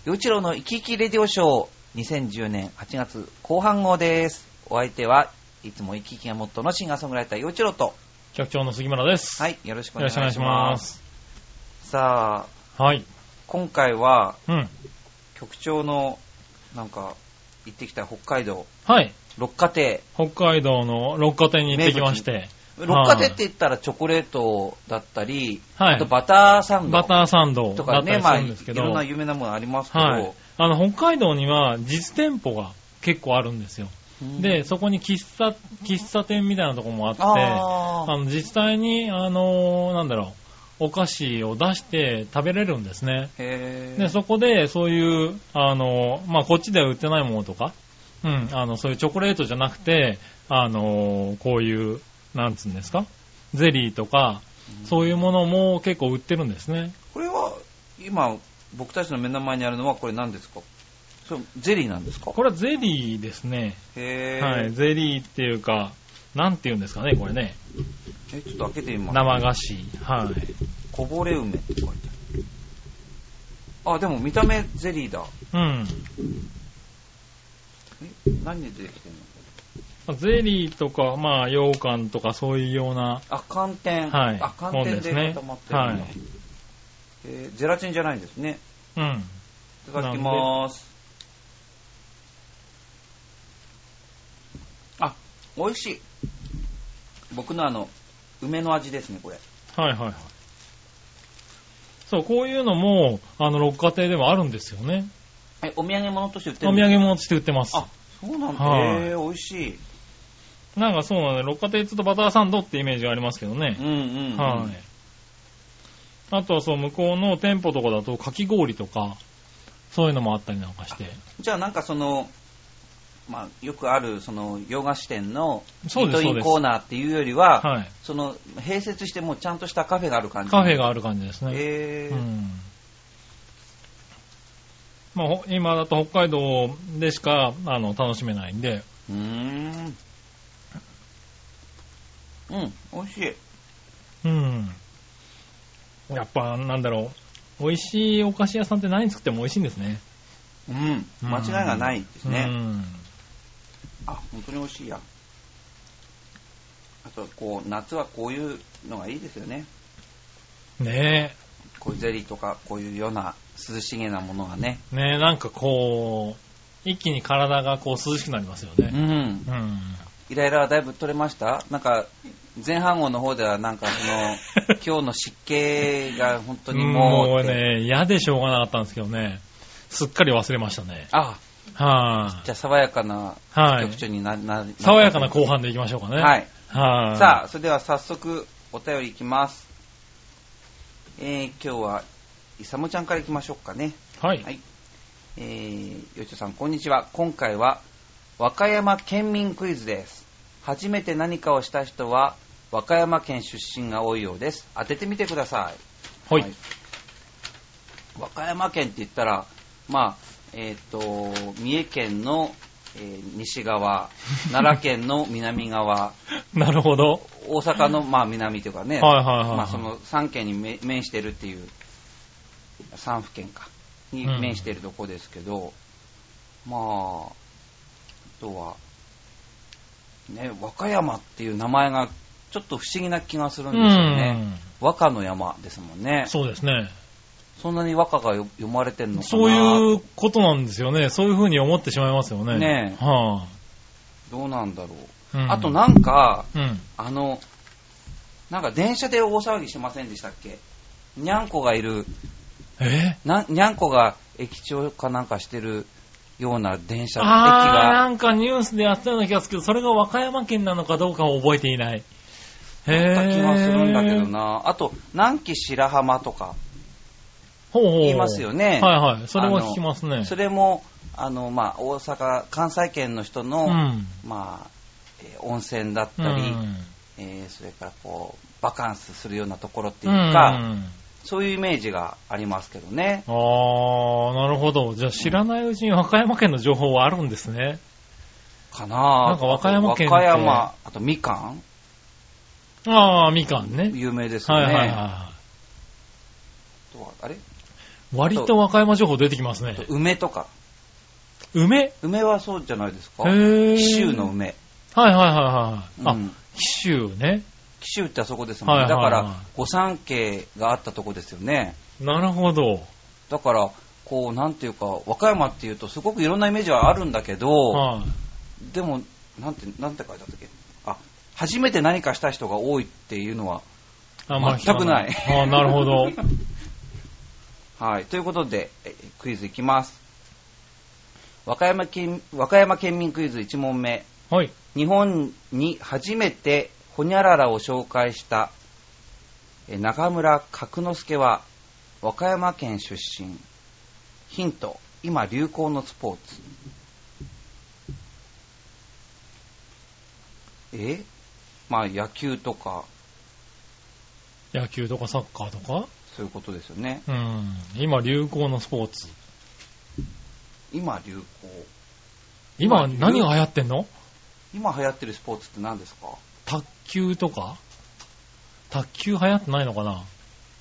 陽一郎の生き生きレディオショー2010年8月後半号です。お相手はいつも生き生きがモットーのシンガーソングライター陽一郎と局長の杉村です。 はい、よろしくお願いします。さあ、 はい、 今回は、局長のなんか行ってきた北海道、 はい、 六花亭、 北海道の六花亭に行ってきまして、 六花亭って言ったらチョコレートだったり、 はい、 あとバターサンドとかね、 まあいろんな有名なものありますけど、 はい、北海道には実店舗が結構あるんですよ。で、そこに喫茶店みたいなところもあって、実際になんだろう、お菓子を出して食べれるんですね。で、そこでそういうまあこっちでは売ってないものとか、そういうチョコレートじゃなくてこういうなんつうんですか、ゼリーとか、そういうものも結構売ってるんですね。 これは今僕たちの目の前にあるのはこれ何ですか？ゼリーなんですか？ これはゼリーですね。はい、ゼリーっていうか、なんていうんですかね、これね。 ちょっと開けてみます。 生菓子。はい。 こぼれ梅って書いてある。あ、でも見た目ゼリーだ。 うん。 何でできてるの？ゼリーとか、まあ、羊羹とかそういうような。 あ、寒天。 はい。 寒天で固まってるね。はい。ゼラチンじゃないんですね。 うん。いただきます。あ、美味しい。僕の梅の味ですね、これ。 はいはいはい。そう、こういうのも、六花亭でもあるんですよね。 お土産物として売ってるんですか？ お土産物として売ってます。 あ、そうなんだ。美味しい。 なんかそうなんで、六花亭って言うとバターサンドってイメージがありますけどね。はい。あとはそう、向こうの店舗とかだとかき氷とか、そういうのもあったりなんかして。 じゃあなんかまあ、よくある洋菓子店のイーートインコーナーっていうよりは、 はい、 併設してもうちゃんとしたカフェがある感じ。 カフェがある感じですね。まあ、今だと北海道でしか楽しめないんで。 美味しい。 やっぱなんだろう、美味しいお菓子屋さんって何作っても美味しいんですね。 間違いがないですね。あ、本当に美味しいや。あと夏はこういうのがいいですよね。 ねえ。 こういうゼリーとかこういうような涼しげなものがね。 ねえ、なんか一気に体が涼しくなりますよね。 イライラはだいぶ取れました？なんか前半号の方ではなんか今日の湿気が本当にもうね、嫌でしょうがなかったんですけどね、すっかり忘れましたね。じゃあ爽やかな局長に爽やかな後半でいきましょうかね。 さあ、それでは早速お便りいきます。今日はイサムちゃんからいきましょうかね。 はい。 よちょさんこんにちは。今回は和歌山県民クイズです。初めて何かをした人は和歌山県出身が多いようです。当ててみてください。 はい。 和歌山県って言ったら、まあ三重県の、西側、奈良県の南側なるほど。 大阪の、まあ、南というかね、まあ、その3県に面してるっていう3府県かに面してるとこですけど、まああとはね、和歌山っていう名前がちょっと不思議な気がするんですよね。和歌の山ですもんね。 そうですね。 そんなに和歌が読まれてるのかな。 そういうことなんですよね。そういうふうに思ってしまいますよね。 ねえ。どうなんだろう。あとなんか、なんか電車で大騒ぎしませんでしたっけ？にゃんこがいる。にゃんこが駅長かなんかしてるような電車、駅が。 なんかニュースでやったような気がするけど、それが和歌山県なのかどうかを覚えていない。 だった気がするんだけどな。あと、南紀白浜とか。言いますよね。 はいはい。それは聞きますね。 それも、まあ、大阪、関西圏の人の、まあ、温泉だったり、それからバカンスするようなところっていうか、そういうイメージがありますけどね。 なるほど。じゃあ知らないうちに和歌山県の情報はあるんですね。 かなぁ。 なんか和歌山県って。 和歌山、あとみかん？ みかんね。 有名ですよね。あれ割と和歌山情報出てきますね。 梅とか。 梅はそうじゃないですか。 紀州の梅。 はいはいはいはい。あ、紀州ね。 紀州ってあそこですもんね。だから、御三家があったとこですよね。 なるほど。 だから、こう、なんていうか、和歌山っていうとすごくいろんなイメージはあるんだけど、でも、なんて書いてあったっけ。初めて何かした人が多いっていうのは、全くない。 なるほど。 はい。ということで、クイズいきます。和歌山県民クイズ1問目。 はい。 日本に初めてホニャララを紹介した中村角之助は和歌山県出身。ヒント、今流行のスポーツ。野球とかサッカーとかそういうことですよね。 今流行のスポーツ。 今流行。 今何が流行ってんの？ 今流行ってるスポーツって何ですか？ 卓球とか？卓球流行ってないのかな？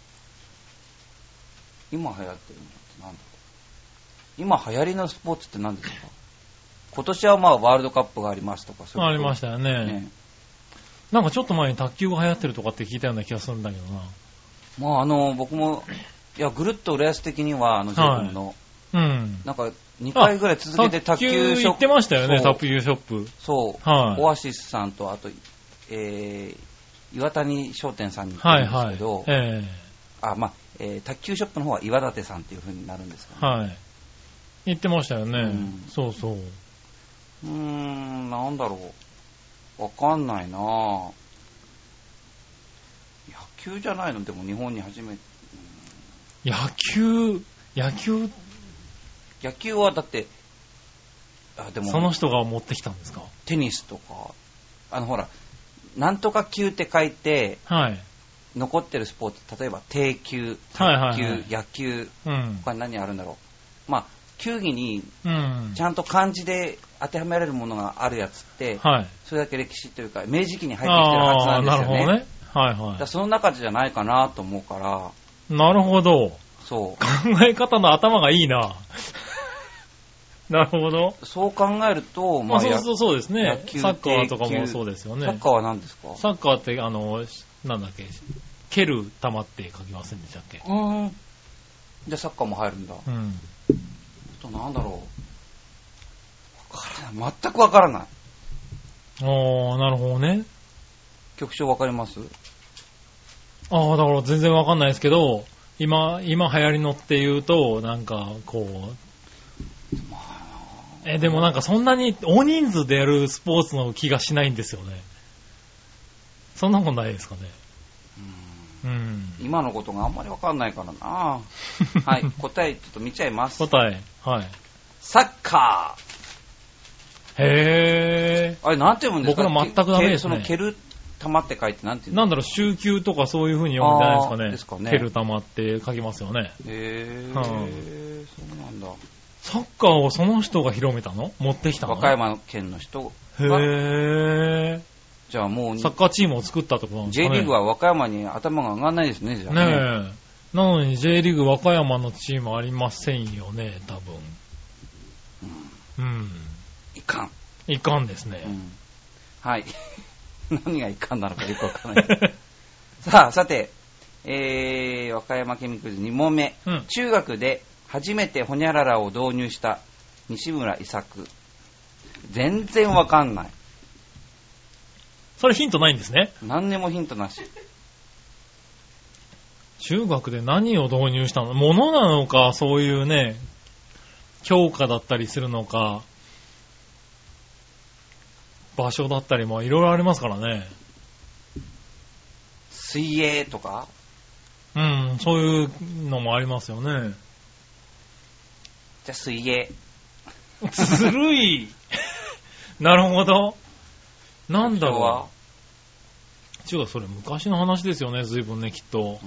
今流行ってるのって何だろう？今流行りのスポーツって何ですか？今年はワールドカップがありますとかそういうこと。ありましたよね。なんかちょっと前に卓球が流行ってるとかって聞いたような気がするんだけどな。 僕もぐるっと浦安的には自分の、なんか2回ぐらい続けて卓球ショップ行ってましたよね。卓球ショップ。 そう、オアシスさんとあと、岩谷商店さんに行ってるんですけど、卓球ショップの方は岩立さんっていう風になるんですけど、ね、 行ってましたよね。そうそう。 なんだろう。わかんないなぁ。野球じゃないの？でも日本に初めて。 野球はだって、でもその人が持ってきたんですか？ テニスとか、ほら、なんとか球って書いて、残ってるスポーツ、例えば定球、卓球、野球、他に何あるんだろう。球技にちゃんと漢字で当てはめられるものがあるやつって、それだけ歴史というか明治期に入ってきてるはずなんですよね。 なるほどね。 だその中じゃないかなと思うから。 なるほど。 そう。 考え方の頭がいいな。なるほど。 そう考えると、 そうですね。サッカーとかもそうですよね。 サッカーは何ですか？ サッカーってなんだっけ、蹴る球って書きませんでしたっけ？ じゃあサッカーも入るんだ。なんだろう。わからない。全くわからない。 なるほどね。 局長わかります？ だから全然わかんないですけど、今流行りのっていうと、なんかこう、でもなんかそんなに大人数でやるスポーツの気がしないんですよね。そんなことないですかね。 今のことがあんまりわかんないからな。はい、答えちょっと見ちゃいます。 答え、 サッカー。へー。 あれなんて読むんですか？ 僕ら全くダメですね。 その蹴る玉って書いてなんていうの？ なんだろう、周球とかそういう風に読むんじゃないですかね。蹴る玉って書きますよね。 へー。そうなんだ。 サッカーをその人が広めたの？持ってきたの？ 和歌山県の人が。へー。 じゃあもうサッカーチームを作ったってことなんですかね。 J リーグは和歌山に頭が上がらないですね、じゃあね。 ねえ。なのに J リーグ和歌山のチームありませんよね、多分。いかんですね。 はい。何がいかんなのかよくわからない。さて、和歌山県民クイズ2問目。中学で初めてホニャララを導入した西村伊作。全然わかんない。 それヒントないんですね。 何にもヒントなし。 中学で何を導入したの？物なのか、そういうね、教科だったりするのか、場所だったりもいろいろありますからね。 水泳とか？ そういうのもありますよね。 じゃあ水泳。 ずるい。なるほど。なんだろう。違う、それ昔の話ですよね、随分ね、きっと。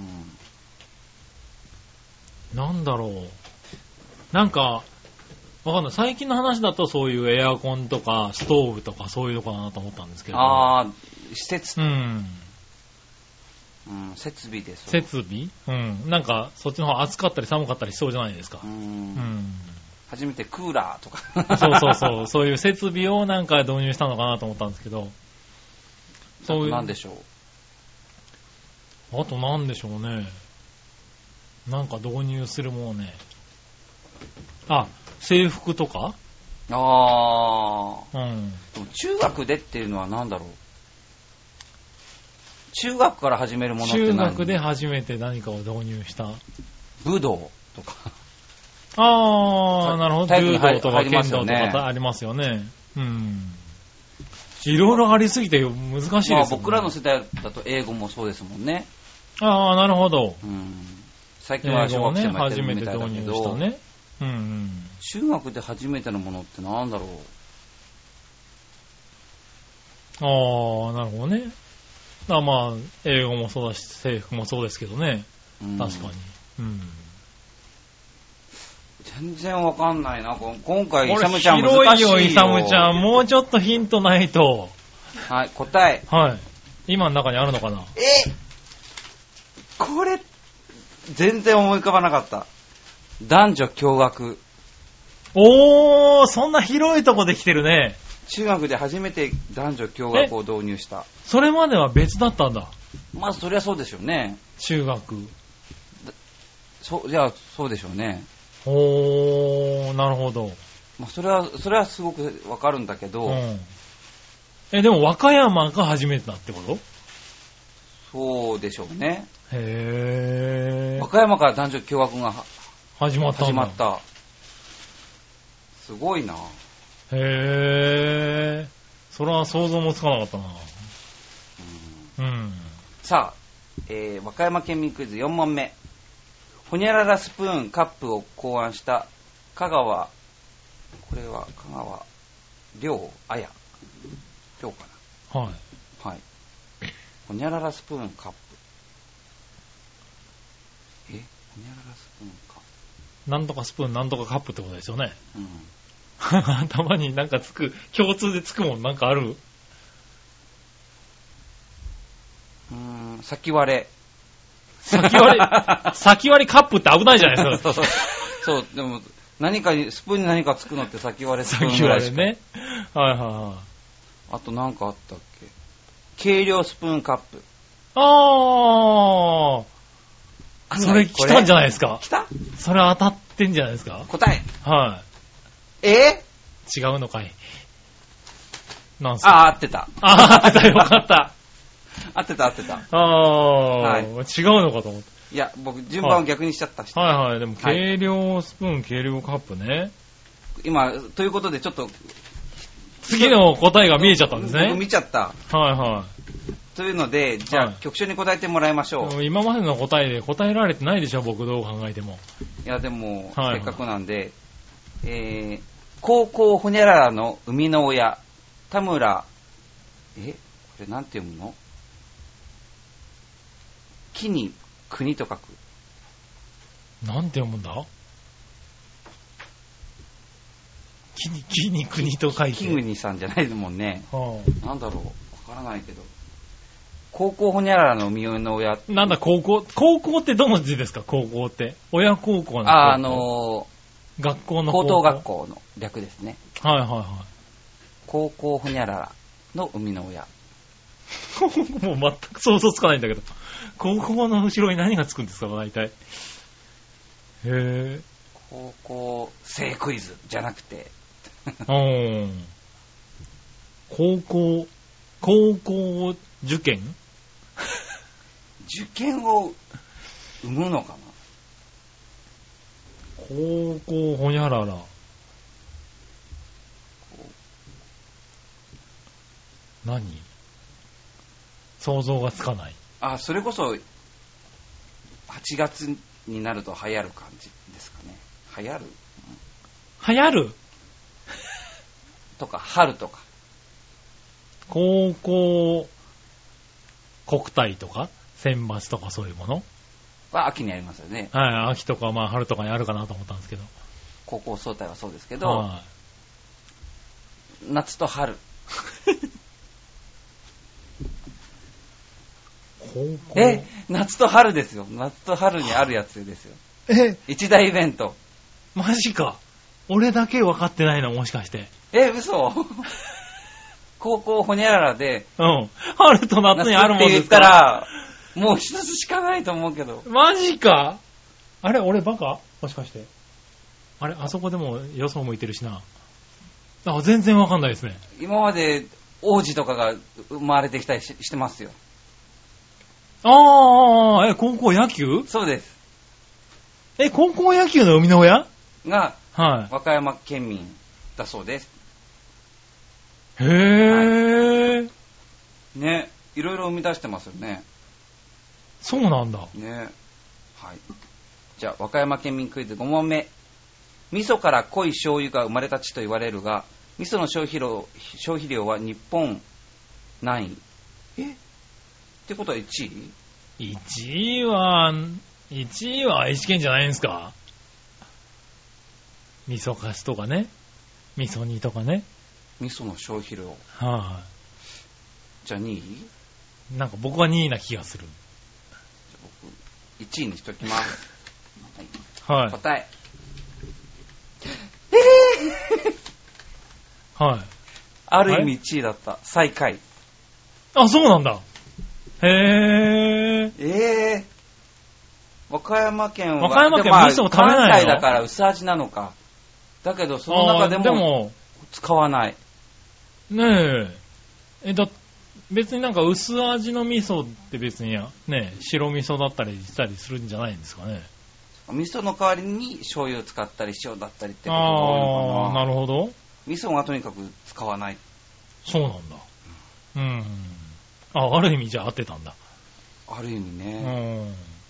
なんだろう。なんか、わかんない。最近の話だとそういうエアコンとかストーブとかそういうのかなと思ったんですけど。 施設。 設備です。 設備？なんか、そっちの方暑かったり寒かったりしそうじゃないですか。 初めてクーラーとか。 そう。そういう設備をなんか導入したのかなと思ったんですけど。 そういう。なんでしょう。あとなんでしょうね。なんか導入するものね。制服とか？ でも中学でっていうのは何だろう。中学から始めるものって何？ 中学で初めて何かを導入した。 武道とか。 なるほど。柔道とか剣道とかありますよね。いろいろありすぎて難しいですよね。 僕らの世代だと英語もそうですもんね。 なるほど。 最近は小学生もやってるみたいだけど、 初めて導入したね。 中学で初めてのものって何だろう。なるほどね。英語もそうだし、制服もそうですけどね。確かに。 全然わかんないな。今回、イサムちゃん難しいよ。 広いよ、イサムちゃん。もうちょっとヒントないと。 はい、答え。 はい。今の中にあるのかな？ これ、全然思い浮かばなかった。男女共学。 そんな広いとこで来てるね。 中学で初めて男女共学を導入した。 それまでは別だったんだ。 そりゃそうでしょうね。 中学。 じゃあ、そうでしょうね。 なるほど。 それはすごくわかるんだけど。 でも和歌山が初めてだってこと？ そうでしょうね。 和歌山から男女共学が始まった。 すごいな。 それは想像もつかなかったな。 さあ、和歌山県民クイズ4問目。ホニャララスプーンカップを考案した香川亮綾亮かな。はい。 ホニャララスプーンカップ。ホニャララスプーンカップ。 なんとかスプーンなんとかカップってことですよね。頭になんか共通でつくもんなんかある？ 先割れ。 先割りカップって危ないじゃないですか。 そう、でも、スプーンに何かつくのって先割れスプーンぐらいしか。 先割れね。あと何かあったっけ？計量スプーンカップ。 それ来たんじゃないですか？ 来た？ それ当たってんじゃないですか？ 答え。 違うのかい？なんすか？ 合ってた。 よかった。 合ってた。 違うのかと思って。 いや、僕、順番を逆にしちゃったし。 でも、計量スプーン、計量カップね。 今、ということで、ちょっと、 次の答えが見えちゃったんですね。 僕見ちゃった。というので、じゃあ、局長に答えてもらいましょう。 今までの答えで答えられてないでしょ、僕どう考えても。 いや、でも、せっかくなんで、高校ホニャララの生みの親、田村、これなんて読むの？木に国と書く。 なんて読むんだ？木に国と書いて。 木国さんじゃないもんね。なんだろう。わからないけど。高校ホニャララの生みの親。 なんだ高校ってどの字ですか？高校って。親孝行の学校の高等学校の略ですね。高校ホニャララの生みの親。 もう全く想像つかないんだけど。高校の後ろに何がつくんですか、大体。 高校生クイズじゃなくて。 高校受験受験を生むのかな？ 高校ホニャララ。何？想像がつかない。 それこそ8月になると流行る感じですかね。流行るとか春とか。 高校国体とか選抜とかそういうものは秋にありますよね。 秋とか春とかにあるかなと思ったんですけど。 高校総体はそうですけど、夏と春。 夏と春ですよ。夏と春にあるやつですよ。一大イベント。 マジか。俺だけ分かってないの、もしかして。 嘘高校ほにゃららで。 春と夏にあるもんですか。 って言ったら、もう一つしかないと思うけど。 マジか。あれ、俺バカ？もしかして。あれ、あそこでもよそ向いてるしな。全然分かんないですね。 今まで王子とかが生まれてきたりしてますよ。 高校野球？ そうです。 高校野球の生みの親？ が、和歌山県民だそうです。 へぇー。 ね、いろいろ生み出してますよね。 そうなんだ。 ね。はい。じゃあ、和歌山県民クイズ5問目。味噌から濃い醤油が生まれた地と言われるが、味噌の消費量は日本何位？ってことは1位？ 1位は愛知県じゃないんですか？味噌かすとかね。味噌煮とかね。 味噌の消費量。じゃあ2位？ なんか僕は2位な気がする。 僕1位にしときます。 はい。 答え。 はい。 ある意味1位だった。最下位。 そうなんだ。へー。和歌山県は、 味噌を食べないの？ 関西だから薄味なのか。だけどその中でも使わない。 ねえ。別になんか薄味の味噌って別にね、白味噌だったりしたりするんじゃないんですかね。 味噌の代わりに醤油を使ったり塩だったりってことが多いのかな。 なるほど。 味噌がとにかく使わない。 そうなんだ。ある意味じゃあ合ってたんだ。 ある意味ね。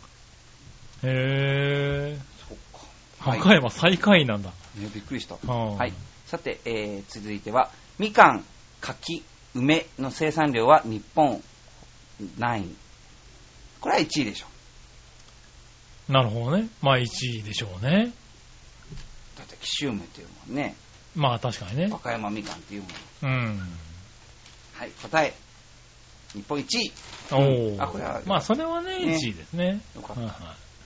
へぇー。 そっか。 和歌山最下位なんだ。 びっくりした。はい。さて、続いては、みかん、柿、梅の生産量は日本何位？これは1位でしょ。 なるほどね。まあ1位でしょうね。 だって紀州梅っていうもんね。 まあ確かにね。 和歌山みかんっていうもん。 はい、答え。日本1位。これは。 まあそれはね、1位ですね。 よかった。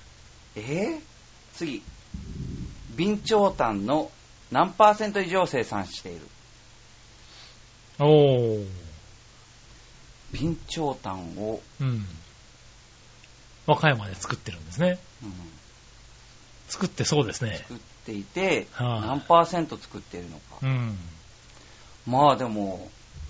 次。備長炭の何%以上生産している？備長炭を、 和歌山で作ってるんですね。作ってそうですね。 作っていて、何%作っているのか。まあでも、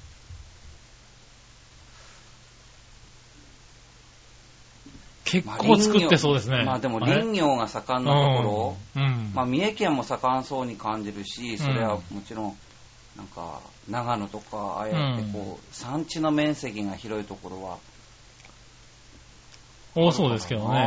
結構作ってそうですね。 まあでも林業が盛んなところ、まあ三重県も盛んそうに感じるし、それはもちろんなんか長野とかああやってこう産地の面積が広いところは多そうですけどね。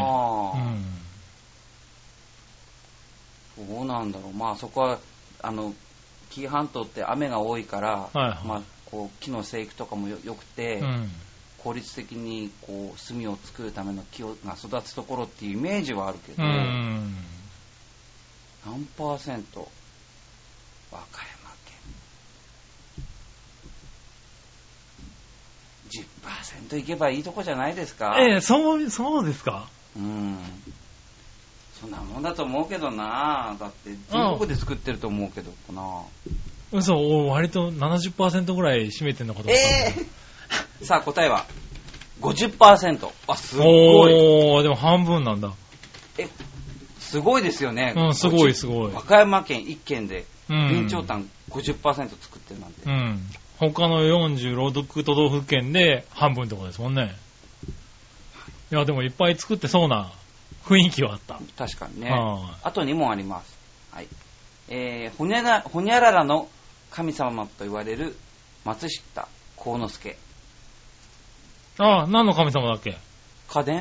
どうなんだろう。まあそこは紀伊半島って雨が多いから、まあこう木の生育とかも良くて。効率的にこう炭を作るための木が育つところっていうイメージはあるけど、何%？和歌山県 10% いけばいいとこじゃないですか？ そうですか？ そんなもんだと思うけどな。だって全国で作ってると思うけどな。 割と 70% ぐらい占めてんのかと思った。 さあ答えは 50%。すごい。 でも半分なんだ。 すごいですよね。 すごいすごい。 和歌山県1県で備長炭 50% 作ってるなんて。 他の46都道府県で半分ってことですもんね。いやでもいっぱい作ってそうな雰囲気はあった。 確かにね。あと2問あります。はい。ほにゃららの神様と言われる松下幸之助。 何の神様だっけ？ 家電？違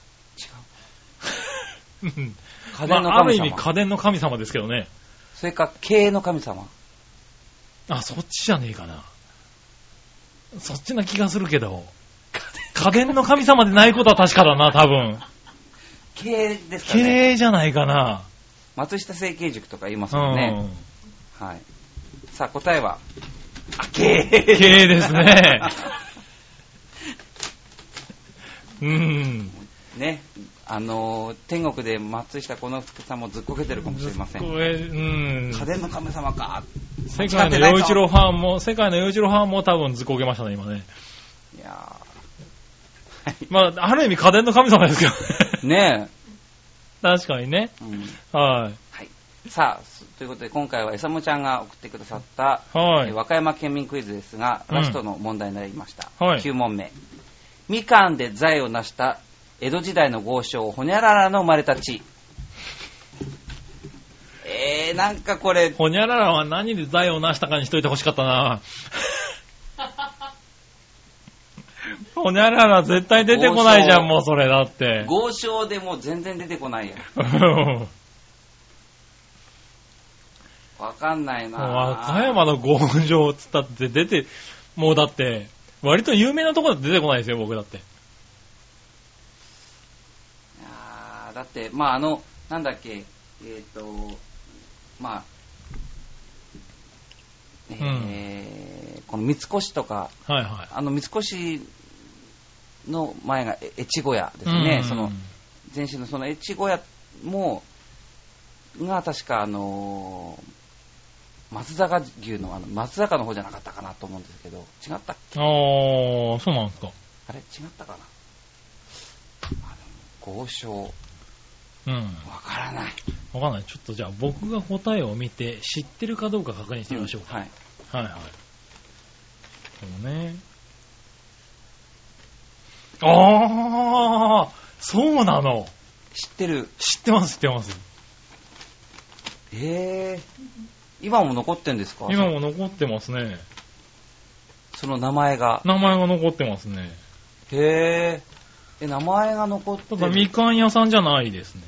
う。家電の神様。ある意味家電の神様ですけどね。 それか経営の神様。 そっちじゃねえかな。そっちな気がするけど。家電の神様でないことは確かだな、多分。 経営ですかね。 経営じゃないかな。 松下政経塾とか言いますもんね。はい。さあ答えは経営。 経営ですね。 うん。 ね、天国で松下幸之助さんもずっこけてるかもしれません。うん。 家電の神様か。 世界の陽一郎ファンも多分ずっこけましたね、今ね。 いやー。まあ、ある意味家電の神様ですけどね。 ねえ。 確かにね。 うん、 はい。 はい。さあ、ということで今回はエサムちゃんが送ってくださった、 はい、 和歌山県民クイズですが、ラストの問題になりました。 はい、 9問目。みかんで財を成した江戸時代の豪商ホニャララの生まれた地。なんかこれ。 ホニャララは何で財を成したかにしといてほしかったな。ホニャララ絶対出てこないじゃん、もうそれだって。 豪商でも全然出てこないや。わかんないな。 和歌山の豪商つったって出て、もうだって、割と有名なところだって出てこないですよ、僕だって。 だって、まあなんだっけ、まあ、この三越とか、 はいはい、 三越の前が越後屋ですね。その前身のその越後屋もが確か松坂牛の松坂の方じゃなかったかなと思うんですけど、違ったっけ？ ああ、そうなんですか。 あれ違ったかな。豪商。 わからない。 わかんない。ちょっとじゃあ僕が答えを見て知ってるかどうか確認してみましょうか。 はい。 はいはい。でもね。ああ、そうなの。 知ってる。 知ってます知ってます。 今も残ってんですか？ 今も残ってますね。 その名前が残ってますね。 名前が残ってる。 ただみかん屋さんじゃないですね。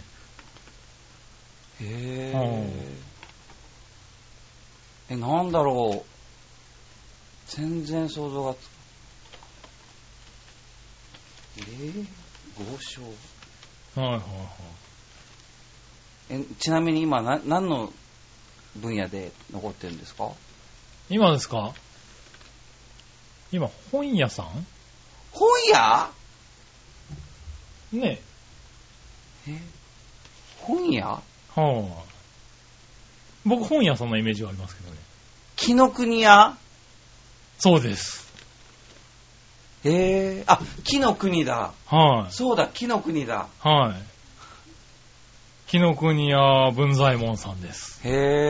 なんだろう。全然想像がつく。豪商。 はいはいはい。ちなみに今何の分野で残ってるんですか？ 今ですか？今本屋さん？ 本屋？ ねえ。本屋？ 僕本屋さんのイメージはありますけどね。 紀ノ国屋？ そうです。 紀ノ国だ。 はい。 そうだ、紀ノ国だ。 はい。紀ノ国屋文左衛門さんです。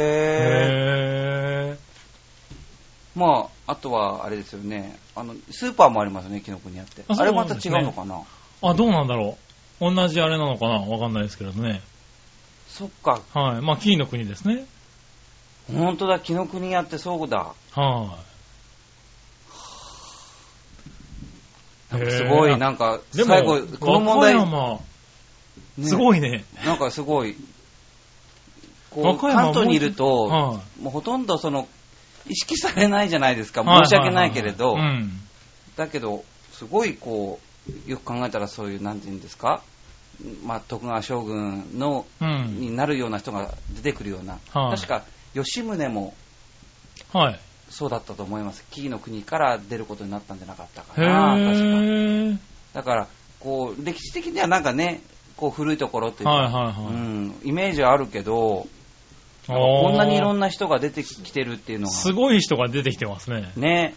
まあ、あとはあれですよね。スーパーもありますね、紀ノ国屋って。あれまた違うのかな？ どうなんだろう。同じあれなのかな？わかんないですけどね。 そっか。 はい。まあ、紀の国ですね。 ほんとだ、紀ノ国屋ってそうだ。すごい、なんか、最後、この問題。 すごいね。 なんかすごい、関東にいると、もうほとんど意識されないじゃないですか。申し訳ないけれど。だけど、すごいよく考えたらそういう、なんていうんですか。まあ、徳川将軍になるような人が出てくるような。確か、吉宗も、そうだったと思います。紀伊の国から出ることになったんじゃなかったかな。確か。だから、歴史的にはなんかね、古いところっていうか、イメージはあるけど、こんなにいろんな人が出てきてるっていうのが。 すごい人が出てきてますね。 ね。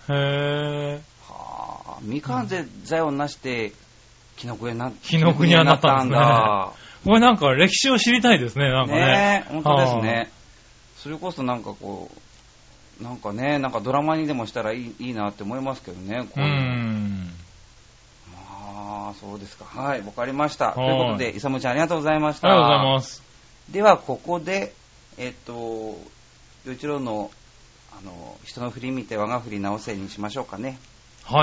みかんで財を成して、紀ノ国屋になったんだ。 これなんか歴史を知りたいですね、なんかね。 ね、本当ですね。それこそなんかなんかね、なんかドラマにでもしたらいいなって思いますけどね。まあ、そうですか。はい、わかりました。ということで、イサムちゃんありがとうございました。 ありがとうございます。 では、ここで、陽一郎の、人の振り見て我が振り直せにしましょうかね。 はい。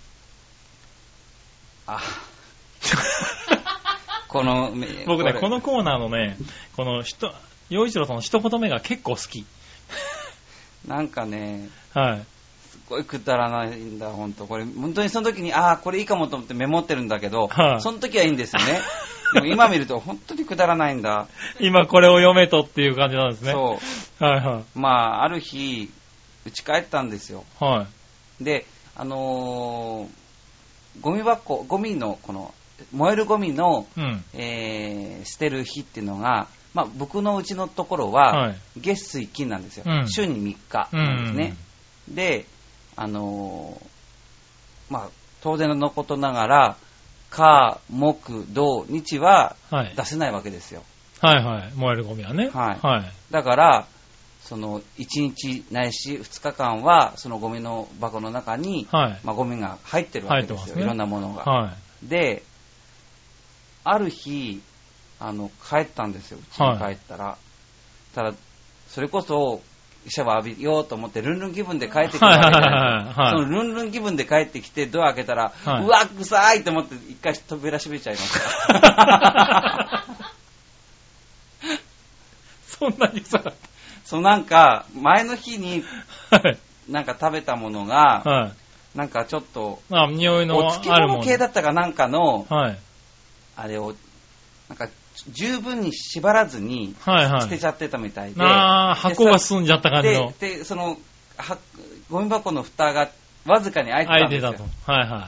僕ね、このコーナーのね、陽一郎さんの一言目が結構好き。 なんかね、 はい。 すごいくだらないんだ、本当。これ、本当にその時に、これいいかもと思ってメモってるんだけど、その時はいいんですよね。でも今見ると本当にくだらないんだ。 今これを読めとっていう感じなんですね。 そう。 はいはい。 まあ、ある日、家帰ったんですよ。 はい。 で、 ゴミのこの燃えるゴミの、 うん、 捨てる日っていうのが、まあ、僕のうちのところは、はい、月水金なんですよ、うん、週に3日なんですね、うん、でまあ、当然のことながら火木土日は出せないわけですよ、 はいはいはい、燃えるゴミはね、 はいはい、だからその1日ないし2日間はそのゴミの箱の中に、はいまあ、ゴミが入ってるわけですよ、ね、いろんなものが、はい、である日帰ったんですよ、うちに帰ったら、はい、ただそれこそシャワー浴びようと思ってルンルン気分で帰ってきたわけじゃないですか、そのルンルン気分で帰ってきてドア開けたら、はい、うわ臭いと思って一回扉閉めちゃいましたそんなに臭かった。 そうなんか前の日になんか食べたものが、はい、なんかちょっと匂いのお漬物系だったかなんかの、はい、あれをなんか十分に縛らずに捨てちゃってたみたいで、 箱が進んじゃった感じのでそのゴミ箱の蓋がわずかに開いてたんですよ。 開いてたと。はいはい。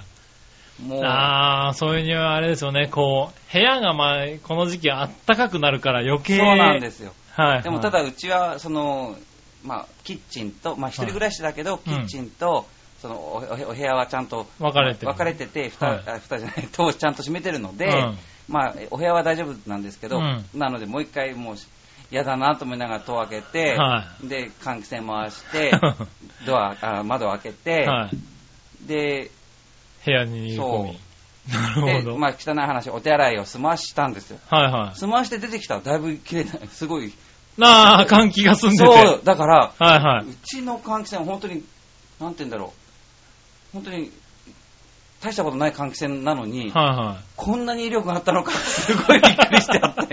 もうそういうにはあれですよね、こう部屋がこの時期は暖かくなるから余計。 そうなんですよ。はいはい、でもただうちはその、まあ、キッチンと、まあ、一人暮らしだけど、はい、キッチンと、そのお部屋はちゃんと分かれてて蓋じゃない戸をちゃんと閉めてるので、まあ、お部屋は大丈夫なんですけど、なのでもう一回もう嫌だなと思いながら戸を開けて、で換気扇回して窓を開けて、で部屋に入れ込み。なるほど。 で、まあ、汚い話、お手洗いを済ましたんですよ。はいはい。済まして出てきたらだいぶ綺麗な、すごい。 換気が済んでて。 そう、だから、 はいはい、 うちの換気扇は本当に、なんて言うんだろう。本当に、大したことない換気扇なのに、はいはい、こんなに威力があったのか、すごいびっくりしてあって。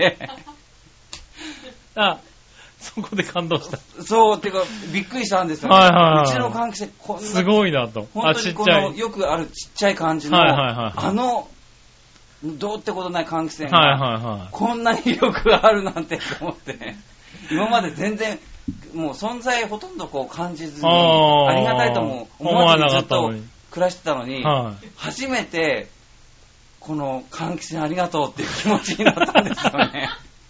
そこで感動した。 そう、てか、びっくりしたんですよね。はいはいはい、うちの換気扇、こんな。 すごいなと。 本当にこの、よくあるちっちゃい感じの、はいはいはい、どうってことない換気扇が、はいはいはい、こんなに威力があるなんてと思って、今まで全然、もう存在ほとんどこう感じずに、ありがたいとも思わずにずっと暮らしてたのに、初めて、この換気扇ありがとうっていう気持ちになったんですよね。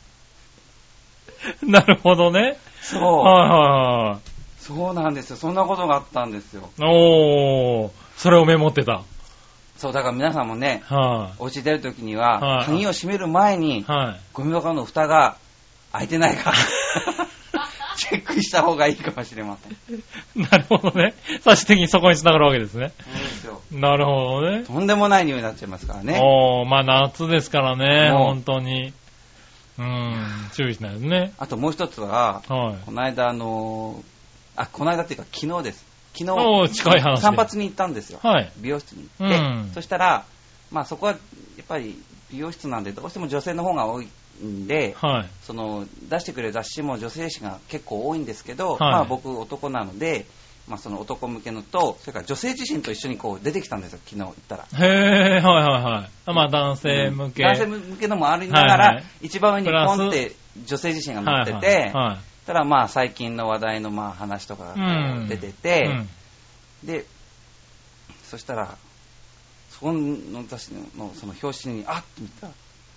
なるほどね。 そう。はいはいはい。そうなんですよ。そんなことがあったんですよ。 おー。それをメモってた。 そう、だから皆さんもね、お家出るときには、鍵を閉める前に、ゴミ箱の蓋が開いてないか、チェックした方がいいかもしれません。 なるほどね。最終的にそこに繋がるわけですね。 そうですよ。 なるほどね。 とんでもない匂いになっちゃいますからね。 まあ夏ですからね、本当に。注意しないですね。 あともう一つは、この間この間っていうか昨日です。昨日、 近い話散髪に行ったんですよ。はい、美容室に行って、そしたら、まあそこはやっぱり美容室なんでどうしても女性の方が多いんで、はい、その出してくれる雑誌も女性誌が結構多いんですけど、はい、まあ僕男なので、まあ、その男向けのとそれから女性自身と一緒にこう出てきたんですよ、昨日行ったら。 へー、はいはいはい。まあ男性向け、 男性向けのもありながら、はいはい、一番上にポンって女性自身が乗ってて、はいはいはい、ただまあ最近の話題のまあ話とかが出てて、でそしたらそこの雑誌のその表紙にあっと見たら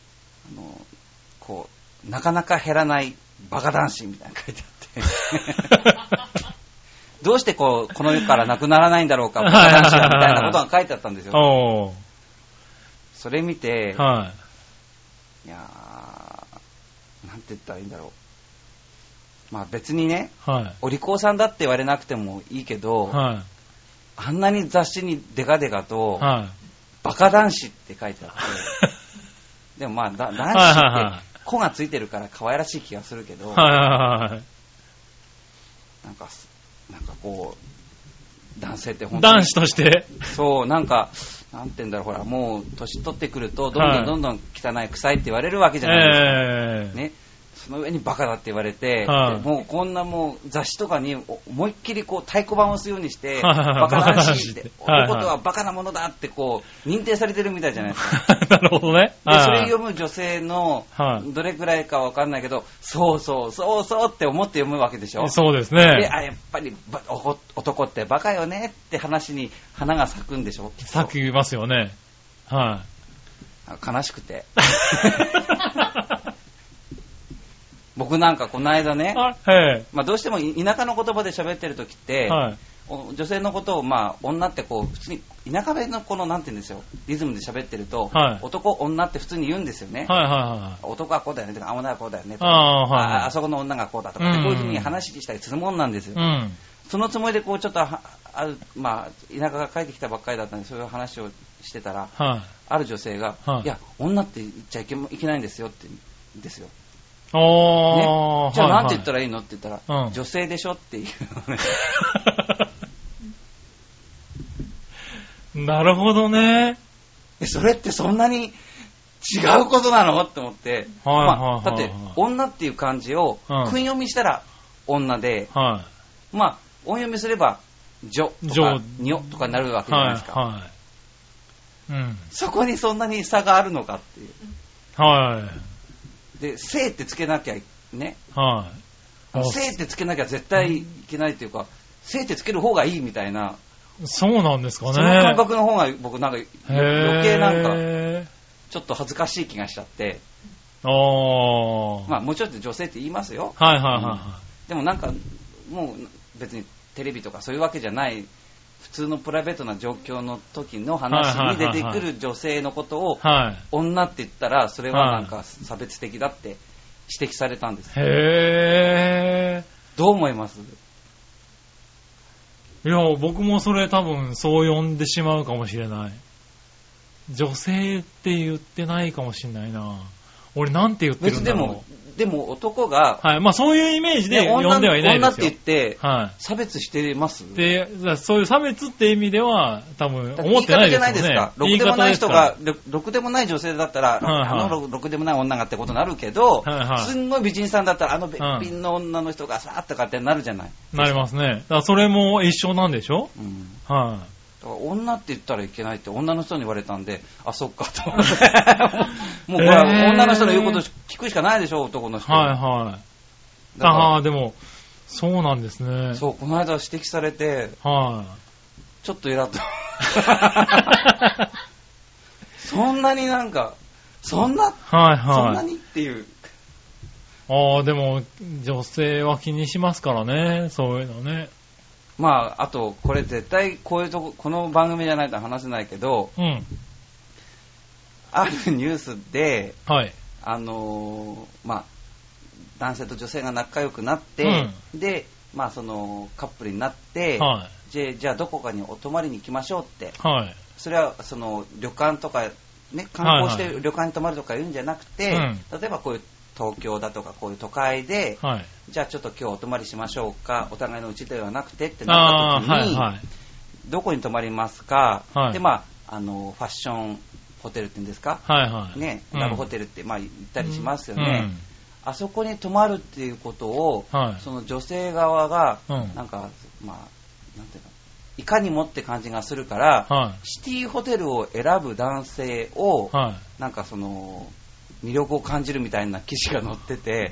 こうなかなか減らないバカ男子みたいなの書いてあってどうしてこの世からなくならないんだろうか、バカ男子はみたいなことが書いてあったんですよ。それ見て、はい、いやー、なんて言ったらいいんだろう。まあ別にね、はい、お利口さんだって言われなくてもいいけど、はい、あんなに雑誌にデカデカと、はい、バカ男子って書いてあって、でもまあ男子って子がついてるから可愛らしい気がするけど、なんかこう男性って本当に男子としてそうなんて言うんだろう、ほらもう年取ってくるとどんどん汚い臭いって言われるわけじゃないですか、ね、 その上にバカだって言われて、もうこんなもう雑誌とかに思いっきりこう太鼓判を押すようにして、バカ男子って、男とはバカなものだってこう認定されてるみたいじゃないですか。 なるほどね。 でそれ読む女性のどれくらいかわかんないけど、そうそうそうそうって思って読むわけでしょ。 そうですね。 で、やっぱり男ってバカよねって話に花が咲くんでしょ。 咲きますよね。はい。 悲しくて。僕なんかこの間ね、まあ、どうしても田舎の言葉で喋ってる時って、女性のことをまあ女ってこう普通に田舎弁のこのなんて言うんですよ、リズムで喋ってると、男女って普通に言うんですよね。男はこうだよねとか、女はこうだよねとか、あそこの女がこうだとかってこういう風に話したりするもんなんですよ。そのつもりでこうちょっとまあ田舎が帰ってきたばっかりだったんでそういう話をしてたら、ある女性が、いや女って言っちゃいけないんですよって言うんですよ。ね、じゃあなんて言ったらいいのって言ったら、女性でしょっていうのね。 なるほどね。 それってそんなに違うことなのって思って、だって女っていう漢字を訓読みしたら女で、まあ音読みすれば女とか女とかになるわけじゃないですか。そこにそんなに差があるのかっていう。で、性ってつけなきゃね、性ってつけなきゃ絶対いけないっていうか、性ってつける方がいいみたいな。 そうなんですかね。 その感覚の方が僕なんか余計なんかちょっと恥ずかしい気がしちゃって。まあもちろん女性って言いますよ。でもなんかもう別にテレビとかそういうわけじゃない普通のプライベートな状況の時の話に出てくる女性のことを女って言ったらそれはなんか差別的だって指摘されたんです。どう思います？ いや僕もそれ多分そう呼んでしまうかもしれない。女性って言ってないかもしれないな。俺なんて言ってるんだろう。 でも男が、 まあそういうイメージで呼んではいないですよ。 女って言って、差別してます？ で、そういう差別って意味では多分思ってないですよね。言い方じゃないですか。 ろくでもない人が、ろくでもない女性だったら、ろくでもない女がってことになるけど、すんごい美人さんだったら、べっぴんの女の人がさーっとかってなるじゃない。 なりますね。だからそれも一緒なんでしょ？ 女って言ったらいけないって女の人に言われたんで、あ、そっかと思って。もうこれは女の人の言うこと聞くしかないでしょ、男の人。 でも、そうなんですね。 そう、この間指摘されて、ちょっとイラッと。そんなになんか、そんなにっていう。 でも、女性は気にしますからね、そういうのね。 まあ、あと、これ絶対こういうとこ、この番組じゃないと話せないけど、あるニュースで、まあ、男性と女性が仲良くなって、で、まあ、そのカップルになって、じゃあどこかにお泊まりに行きましょうって、それはその旅館とか、ね、観光して旅館に泊まるとか言うんじゃなくて、例えばこういう東京だとかこういう都会で、じゃあちょっと今日お泊まりしましょうか、お互いの家ではなくてってなった時に、どこに泊まりますか、でまあファッションホテルって言うんですか、ね、ラブホテルってまあ言ったりしますよね。あそこに泊まるっていうことを、その女性側がなんかまあなんていうの、いかにもって感じがするから、シティホテルを選ぶ男性を、なんかその魅力を感じるみたいな記事が載ってて、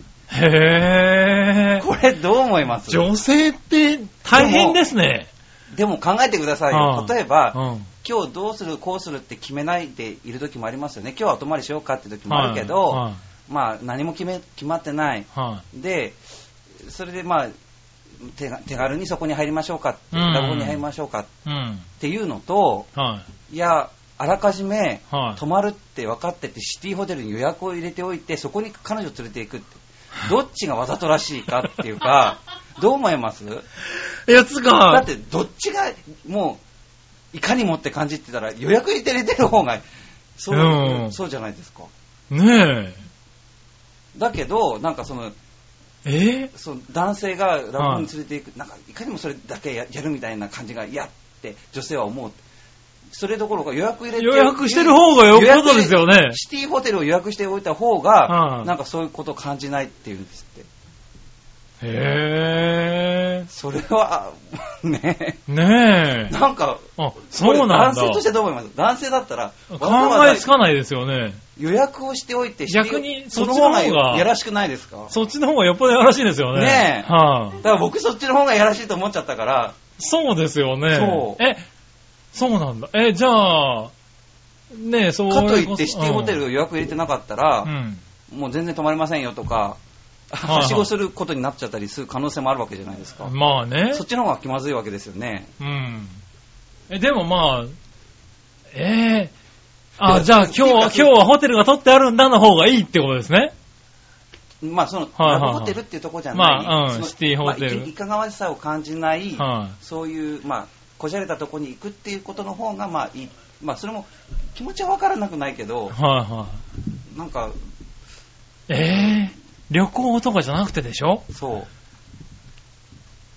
これどう思います？ 女性って大変ですね。 でも考えてくださいよ。例えば、今日どうするこうするって決めないでいる時もありますよね。今日はお泊まりしようかって時もあるけど、まあ何も決まってない、でそれでまあ手軽にそこに入りましょうか、ラブホに入りましょうかっていうのと、いやあらかじめ泊まるって分かっててシティホテルに予約を入れておいてそこに彼女を連れて行くって、どっちがわざとらしいかっていうかどう思います？だってどっちがもういかにもって感じって言ったら予約入れてる方がそうじゃないですかねえ。 だけどなんかその男性がラブホに連れて行く、なんかいかにもそれだけやるみたいな感じが嫌って女性は思う。 それどころか予約してる方がよっぽどですよね。 シティホテルを予約しておいた方が、なんかそういうことを感じないっていうんですって。 へー。 それは、ねえ。 なんか、 そうなんだ。 男性としてどう思います？男性だったら、 考えつかないですよね。 予約をしておいて、 逆にその方がやらしくないですか？ そっちの方がよっぽどやらしいですよね。 ねえ。だから僕そっちの方がやらしいと思っちゃったから。 そうですよね。そうなんだ。じゃあ、ねえ、そうかといってシティホテル予約入れてなかったら、もう全然泊まれませんよとか、はしごすることになっちゃったりする可能性もあるわけじゃないですか。 まあね。 そっちの方が気まずいわけですよね。 でもまあ、じゃあ今日はホテルが取ってあるんだの方がいいってことですね。 まあその、ラブホテルっていうところじゃない、 シティホテル。 いかがわしさを感じない、そういう、こじゃれたところに行くっていうことの方が、いい。それも気持ちはわからなくないけど、なんか、 旅行とかじゃなくてでしょ？ そう。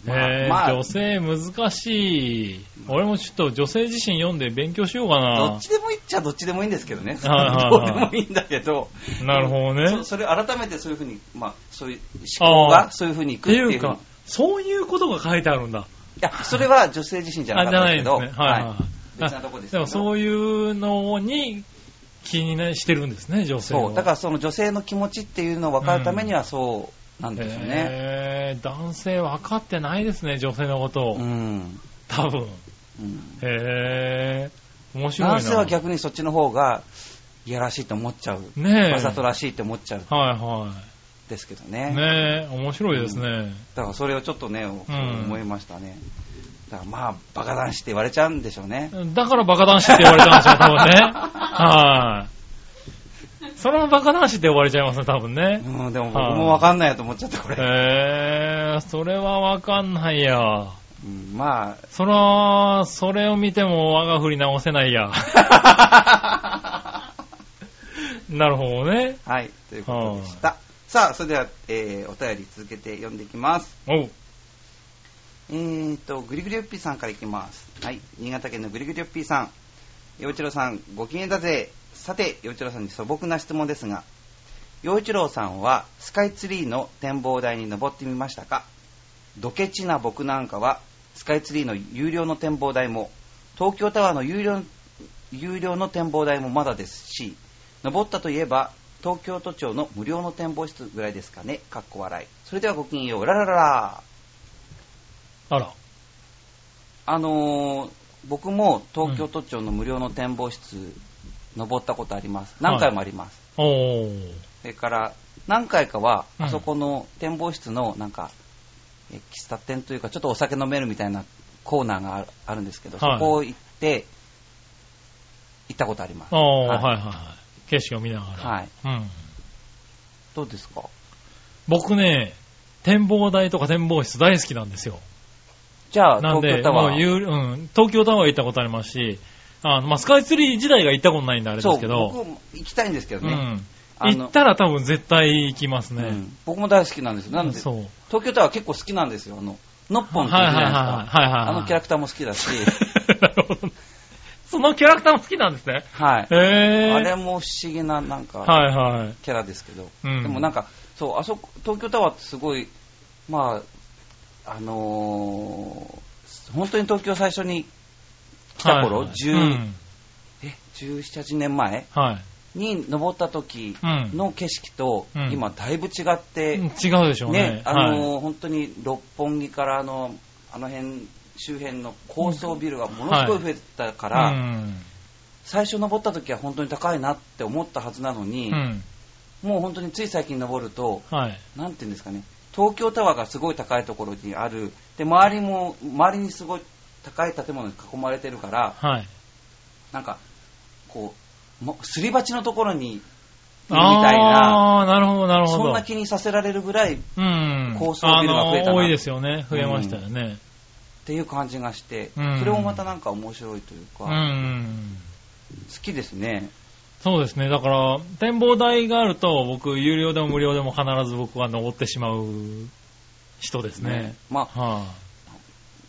女性難しい。俺もちょっと女性自身読んで勉強しようかな。 どっちでもいいっちゃどっちでもいいんですけどね。どうでもいいんだけど。 なるほどね。 それ改めてそういうふうに、そういう思考がそういうふうにいくっていう。っていうか、 そういうことが書いてあるんだ。 いや、それは女性自身じゃなかったけど。 じゃないですね。別なとこですけど。でもそういうのに気にしてるんですね、女性は。 そう。だからその女性の気持ちっていうのを分かるためにはそうなんですよね。 男性分かってないですね、女性のことを。多分。面白いな。 男性は逆にそっちの方がいやらしいと思っちゃう。わざとらしいと思っちゃう。ですけどね。 面白いですね。 だからそれをちょっとね、思いましたね。だからバカ男子って言われちゃうんでしょうね。 だからバカ男子って言われちゃうんでしょう、多分ね。それもバカ男子って呼ばれちゃいますね、多分ね。 でも僕もわかんないやと思っちゃった、これ。 それはわかんないや。それを見ても我が振り直せないや。なるほどね。 はい、ということでした。さあ、それでは、お便り続けて読んでいきます。グリグリオッピーさんからいきます。はい、新潟県のグリグリオッピーさん。陽一郎さん、ご機嫌だぜ。さて、陽一郎さんに素朴な質問ですが、陽一郎さんはスカイツリーの展望台に登ってみましたか？ドケチな僕なんかはスカイツリーの有料の展望台も東京タワーの有料の展望台もまだですし、登ったといえば東京都庁の無料の展望室ぐらいですかね。かっこ笑い。それではごきげんよう。ララララ。 あら。 僕も東京都庁の無料の展望室登ったことあります。何回もあります。それから何回かはあそこの展望室のなんか喫茶店というかちょっとお酒飲めるみたいなコーナーがあるんですけど、そこ行ったことあります。 景色を見ながら。 どうですか？ 僕ね、展望台とか展望室大好きなんですよ。 じゃあ東京タワー、東京タワー行ったことありますし、スカイツリー自体が行ったことないんであれですけど、 僕も行きたいんですけどね。 行ったら多分絶対行きますね。 僕も大好きなんですよ。なんで東京タワー結構好きなんですよ。ノッポンって言うじゃないですか。キャラクターも好きだし。 なるほど。そのキャラクターも好きなんですね。 はい。あれも不思議ななんかキャラですけど、でもなんかそう東京タワーってすごい本当に東京最初に来た頃、17、18年前に登った時の景色と今だいぶ違って、 違うでしょうね。 本当に六本木からあの辺周辺の高層ビルがものすごい増えてたから、最初登った時は本当に高いなって思ったはずなのに、もう本当につい最近登ると、なんていうんですかね、東京タワーがすごい高いところにある。で、周りにすごい高い建物に囲まれてるから、なんか、こう、すり鉢のところにいるみたいな。 なるほど、なるほど。 そんな気にさせられるぐらい、高層ビルが増えたな。 多いですよね。増えましたよね。 っていう感じがして、それもまたなんか面白いというか、好きですね。 そうですね。だから、展望台があると、僕、有料でも無料でも必ず僕は登ってしまう人ですね。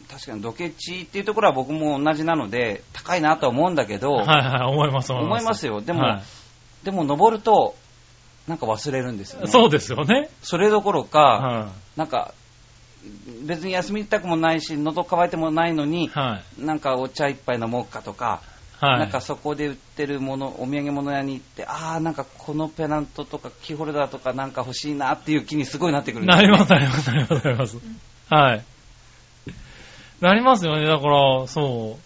確かにドケチっていうところは僕も同じなので高いなとは思うんだけど、 はいはい、思いますよ。でも登るとなんか忘れるんですよね。 そうですよね。 それどころか、なんか別に休みたくもないし喉乾いてもないのに、なんかお茶一杯飲もうかとか、なんかそこで売ってるもの、お土産物屋に行って、なんかこのペナントとかキーホルダーとかなんか欲しいなっていう気にすごいなってくるんですよ、ね。なります。はい。なりますよね。だから、そう。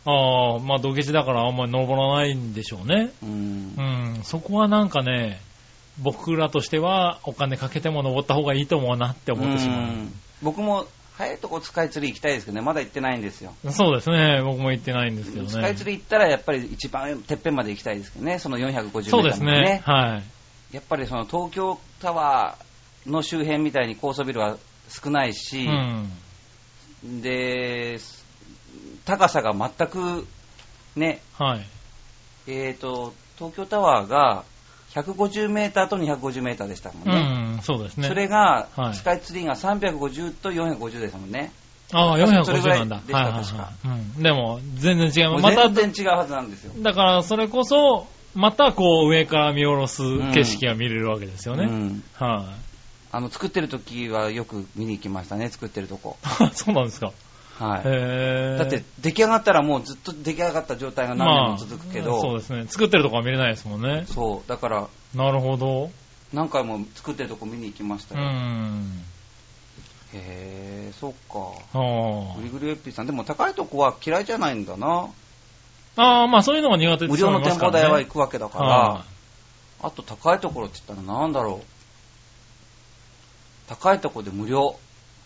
まあ、ドケチだからあんまり登らないんでしょうね。そこはなんかね、僕らとしてはお金かけても登った方がいいと思うなって思ってしまう。 僕も早いとこスカイツリー行きたいですけどね、まだ行ってないんですよ。 そうですね、僕も行ってないんですけどね。 スカイツリー行ったらやっぱり一番てっぺんまで行きたいですけどね、その450メートルまでね。 そうですね、はい。 やっぱりその東京タワーの周辺みたいに高層ビルは少ないし、で、高さが全くね、東京タワーが150メーターと250メーターでしたもんね。 そうですね。 それが、スカイツリーが350と450ですもんね。 450なんだ。 でした確か。 でも全然違います。全然違うはずなんですよ。 だからそれこそまたこう上から見下ろす景色が見れるわけですよね。 作ってる時はよく見に行きましたね、作ってるとこ。 そうなんですか。 だって出来上がったらもうずっと出来上がった状態が何年も続くけど、 そうですね。作ってるとこは見れないですもんね。 そうだから。 なるほど。 何回も作ってるとこ見に行きましたよ。そっか。グリグリエッピーさんでも高いとこは嫌いじゃないんだな。 まあそういうのが苦手ですね。 無料の展望台は行くわけだから。あと高いところって言ったらなんだろう。高いところで無料。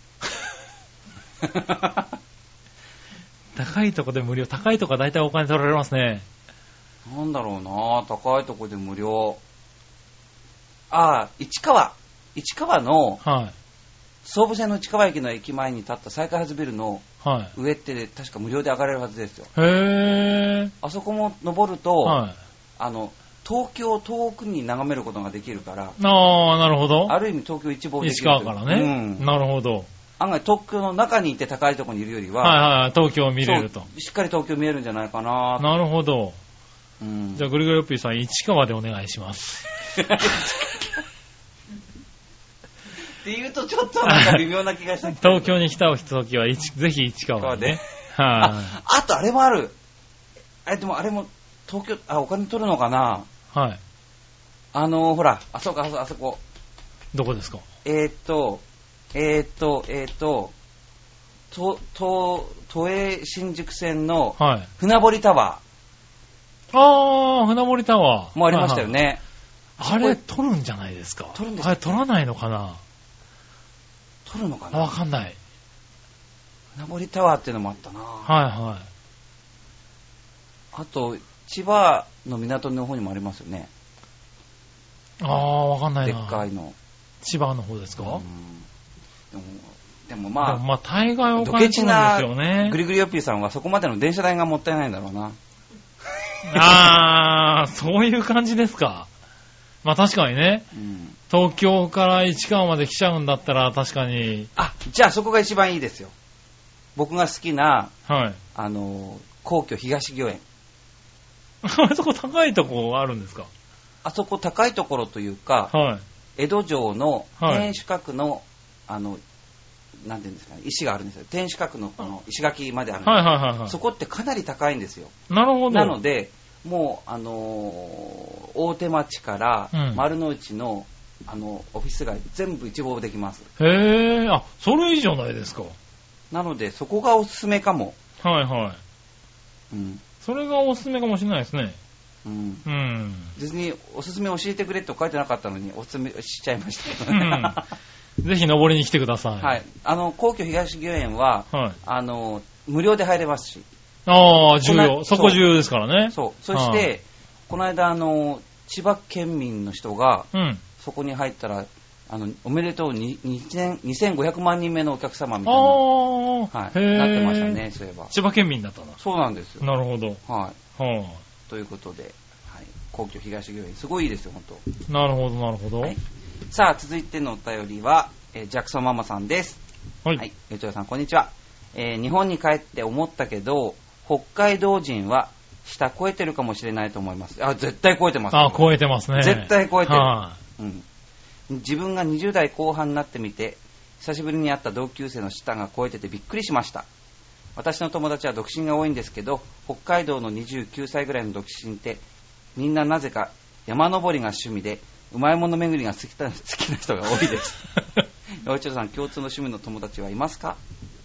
高いとこで無料。高いとこは大体お金取られますね。 なんだろうな、高いとこで無料。市川の、総武線の市川駅の駅前に立った再開発ビルの上って確か無料で上がれるはずですよ。あそこも登ると、東京を遠くに眺めることができるから。 なるほど。 ある意味東京一望できる。 市川からね。なるほど。 案外東京の中にいて高いところにいるよりは、 東京を見れると。 しっかり東京見えるんじゃないかな。 なるほど。じゃあグリグリオッピーさん、市川でお願いします。 って言うとちょっとなんか微妙な気がした。 東京に来た時はぜひ市川で。 あとあれもある。でもあれも東京、お金取るのかな。ほら、あそこ。 どこですか。 都営新宿線の船堀タワー。船堀タワーもありましたよね。 あれ取るんじゃないですか。あれ取らないのかな。 取るのかな。 わかんない。 船堀タワーっていうのもあったな。あと千葉の港の方にもありますよね。 わかんないな。 でっかいの。 千葉の方ですか。 でもまあ大概お金取るんですよね。 グリグリオッピーさんはそこまでの電車代がもったいないんだろうな。 そういう感じですか。まあ確かにね、東京から市川まで来ちゃうんだったら確かに。 じゃあそこが一番いいですよ。僕が好きな、皇居東御苑。 あそこ高いとこあるんですか。 あそこ高いところというか、江戸城の天守閣の、なんていうんですかね、石があるんですよ。天守閣のこの石垣まであるんです。そこってかなり高いんですよ。 なるほど。 なので、もう、大手町から丸の内の、オフィス街全部一望できます。 それいいじゃないですか。 なので、そこがおすすめかも。 それがおすすめかもしれないですね。 別におすすめ教えてくれって書いてなかったのにおすすめしちゃいましたけどね。 ぜひ登りに来てください。 皇居東御苑は、無料で入れますし。 重要。そこ重要ですからね。 そして、この間、千葉県民の人が、そこに入ったら、おめでとう2500万人目のお客様みたいな、なってましたね、そういえば。 千葉県民だったな。 そうなんですよ。 なるほど。 ということで、皇居東御苑、すごいいいですよ、本当。 なるほど、なるほど。 さあ、続いてのお便りは、ジャクソンママさんです。吉田さん、こんにちは。 日本に帰って思ったけど、北海道人は舌超えてるかもしれないと思います。絶対超えてます。 超えてますね。 絶対超えてる。自分が20代後半になってみて、久しぶりに会った同級生の舌が超えててびっくりしました。私の友達は独身が多いんですけど、北海道の29歳ぐらいの独身ってみんななぜか山登りが趣味でうまいもの巡りが好きな人が多いです。陽一郎さん、共通の趣味の友達はいますか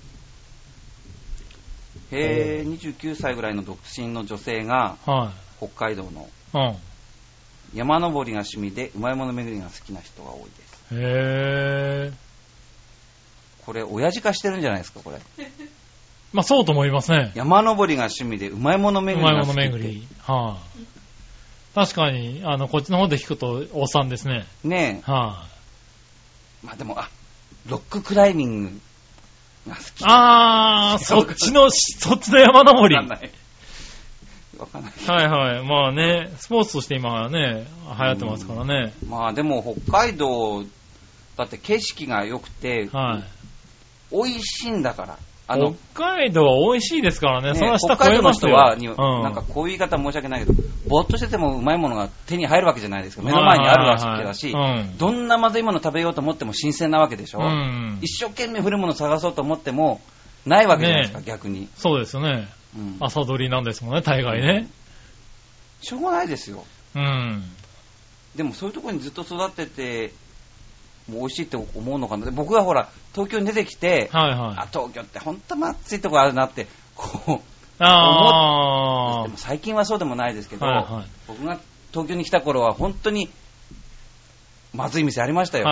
？29歳ぐらいの独身の女性が、北海道の山登りが趣味でうまいもの巡りが好きな人が多いです。これ親父化してるんじゃないですか、これ。 まあそうと思いますね。 山登りが趣味でうまいもの巡りが好き。うまいもの巡り。 確かにこっちの方で聞くとおっさんですね。 ねえ。まあでもロッククライミングが好き。 そっちの山登り。 わかんない。 はい。まあね、スポーツとして今はね流行ってますからね。 まあでも北海道だって景色が良くて、美味しいんだから。 北海道は美味しいですからね。その下北海道の人はなんかこういう言い方申し訳ないけど、ぼーっとしててもうまいものが手に入るわけじゃないですか。目の前にあるわけだし、どんなまずいもの食べようと思っても新鮮なわけでしょ。一生懸命古いものを探そうと思ってもないわけじゃないですか、逆に。 そうですよね。朝取りなんですもんね、大概ね。 しょうがないですよ。でもそういうところにずっと育っててもう美味しいって思うのかな。僕はほら東京に出てきて、東京って本当に暑いとこあるなってこう思って、でも最近はそうでもないですけど、僕が東京に来た頃は本当にまずい店ありましたよ。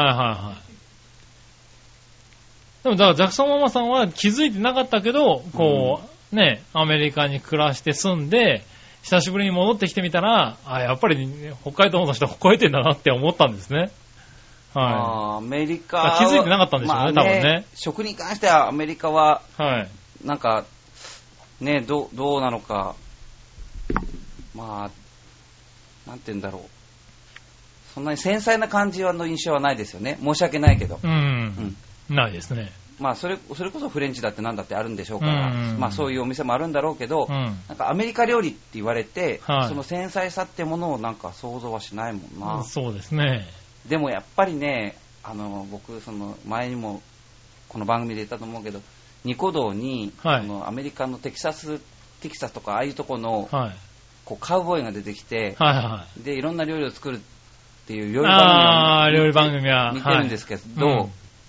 でもだからジャクソンママさんは気づいてなかったけど、こうね、アメリカに暮らして住んで久しぶりに戻ってきてみたら、やっぱり北海道の人を超えてんだなって思ったんですね。 アメリカ気づいてなかったんでしょうね、多分ね。 食に関してはアメリカは、なんかね、どうなのか、まあなんて言うんだろう、そんなに繊細な感じの印象はないですよね。申し訳ないけど。 ないですね。 まあそれこそフレンチだってなんだってあるんでしょうから、まあそういうお店もあるんだろうけど、なんかアメリカ料理って言われて、その繊細さってものをなんか想像はしないもんな。 そうですね。 でもやっぱりね、僕その前にもこの番組で言ったと思うけど、ニコ動に、アメリカのテキサスとかああいうとこの、こうカウボーイが出てきて、でいろんな料理を作るっていう料理番組は見てるんですけど、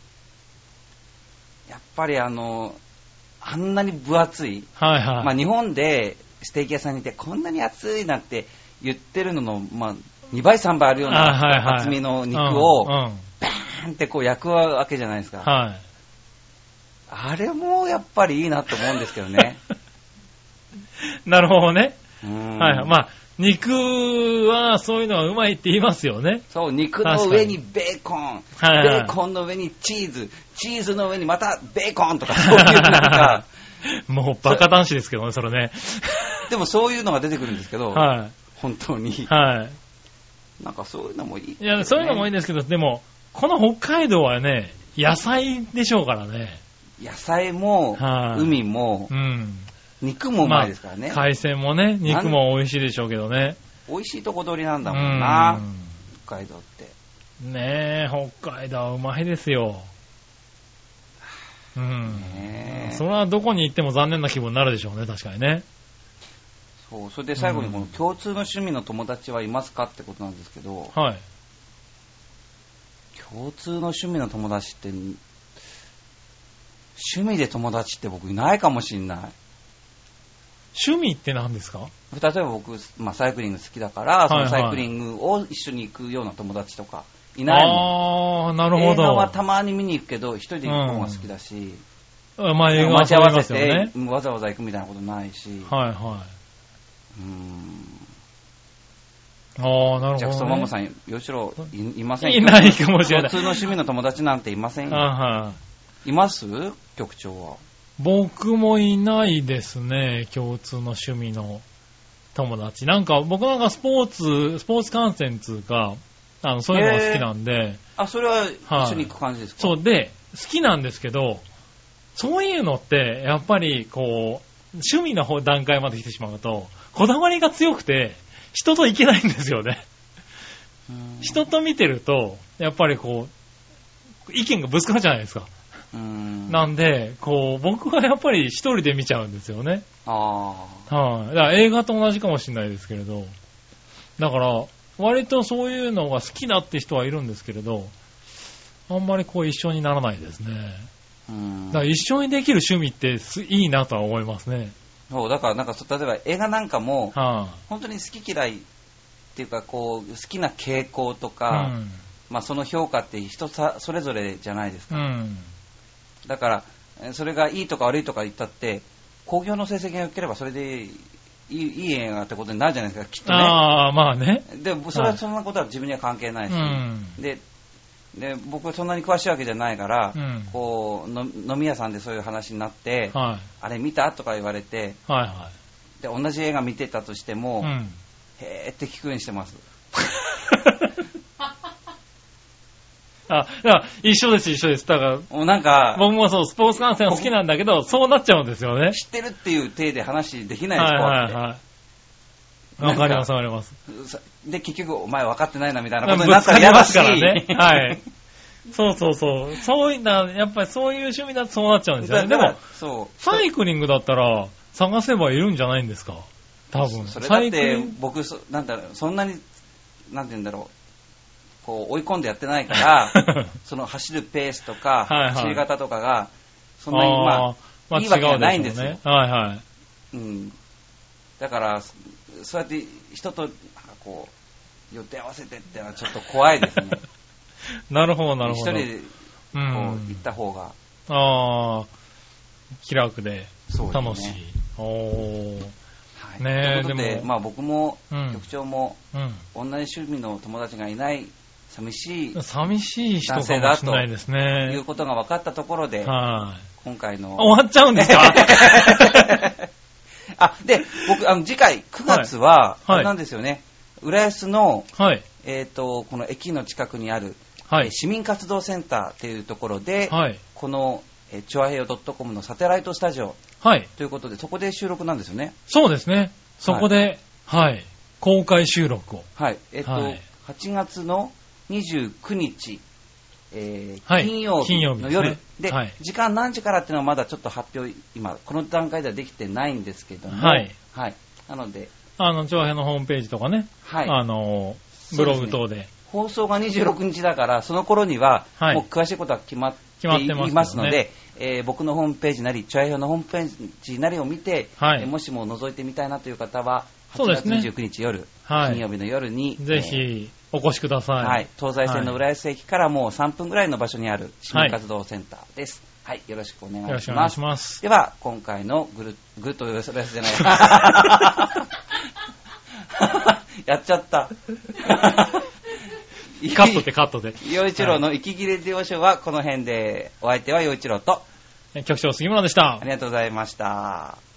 やっぱりあんなに分厚い、まあ日本でステーキ屋さんにいてこんなに厚いなんて言ってるのの、まあ2倍3倍あるような厚みの肉をバーンってこう焼くわけじゃないですか。あれもやっぱりいいなと思うんですけどね。 なるほどね。まあ肉はそういうのはうまいって言いますよね。 そう、肉の上にベーコン、ベーコンの上にチーズの上にまたベーコンとかそういうなんかもうバカ男子ですけどね、それね。 でもそういうのが出てくるんですけど、本当に。なんかそういうのもいい、ね。 いや、そういうのもいいんですけど、でも、この北海道はね、野菜でしょうからね。 野菜も、海も、肉もうまいですからね。 海鮮もね、肉も美味しいでしょうけどね。 美味しいとこ取りなんだもんな、北海道って。 ねえ、北海道はうまいですよ。それはどこに行っても残念な気分になるでしょうね、確かにね。 そう、それで最後にこの共通の趣味の友達はいますかってことなんですけど、共通の趣味の友達って趣味で友達って僕いないかもしんない。 趣味って何ですか？ 例えば僕、サイクリング好きだから、そのサイクリングを一緒に行くような友達とかいないもん。 なるほど。 映画はたまに見に行くけど一人で行く方が好きだし、 映画は待ち合わせてわざわざ行くみたいなことないし。 なるほど、ね。 ジャクソンママさん、よしろいませんか？ いないかもしれない。 共通の趣味の友達なんていませんよ。います局長は？ 僕もいないですね、共通の趣味の友達。なんか僕なんかスポーツ観戦つうか、そういうのが好きなんで。 それは一緒に行く感じですか？ そうで、好きなんですけど、 そういうのって、やっぱり、こう、趣味の段階まで来てしまうと、こだわりが強くて、人といけないんですよね。人と見てると、やっぱりこう、意見がぶつかるじゃないですか。なんで、こう、僕はやっぱり一人で見ちゃうんですよね。はい、だから映画と同じかもしれないですけれど、だから、割とそういうのが好きだって人はいるんですけれど、あんまりこう一緒にならないですね。だから一緒にできる趣味っていいなとは思いますね。 そう、だからなんか例えば映画なんかも、本当に好き嫌いっていうかこう好きな傾向とか、まあその評価って人それぞれじゃないですか。だからそれがいいとか悪いとか言ったって興行の成績が良ければそれでいい映画ってことになるじゃないですか、きっとね。まあね。で、それはそんなことは自分には関係ないし、で僕はそんなに詳しいわけじゃないから、こう飲み屋さんでそういう話になって、あれ見たとか言われて、で同じ映画見てたとしても、へーって聞くようにしてます。 だから一緒です。だからなんか僕もそうスポーツ観戦は好きなんだけど、そうなっちゃうんですよね。 知ってるっていう体で話できないですか。 わかります、わかります。 で、結局、お前分かってないなみたいなことになったら嫌だし。からね。 はい。そう。そういうの、やっぱりそういう趣味だとそうなっちゃうんですよね。でも、サイクリングだったら探せばいるんじゃないんですか。多分。 それだって、僕、なんだろう、そんなに、なんて言うんだろう、こう、追い込んでやってないから、その走るペースとか、走り方とかが、そんなに、いいわけじゃないんですよ。だから、そうやって人とこう予定合わせてってのはちょっと怖いですね。 なるほど。一人でこう行った方が、 気楽で楽しい。ということで、まあ僕も局長も同じ趣味の友達がいない寂しい人かもしれないですね。 いうことが分かったところで、今回の終わっちゃうんですか？ で、僕、次回、9月は、あれなんですよね、浦安の、この駅の近くにある、市民活動センターっていうところで、この、チョアヘヨ .com のサテライトスタジオ、ということで、そこで収録なんですよね。 そうですね。そこで、公開収録を。 8月の29日、金曜日の夜で、時間何時からっていうのはまだちょっと発表今この段階ではできてないんですけども、なので長編のホームページとかね、ブログ等で放送が26日だからその頃にはもう詳しいことは決まっていますので、僕のホームページなり長編のホームページなりを見て、もしも覗いてみたいなという方は8月29日夜、金曜日の夜にぜひお越しください。 東西線の浦安駅からもう3分ぐらいの場所にある市民活動センターです。よろしくお願いします。では、今回のぐるっと浦安じゃない。やっちゃった。 カットで。 陽一郎の息切れディオショーはこの辺で、お相手は陽一郎と、 局長杉村でした。 ありがとうございました。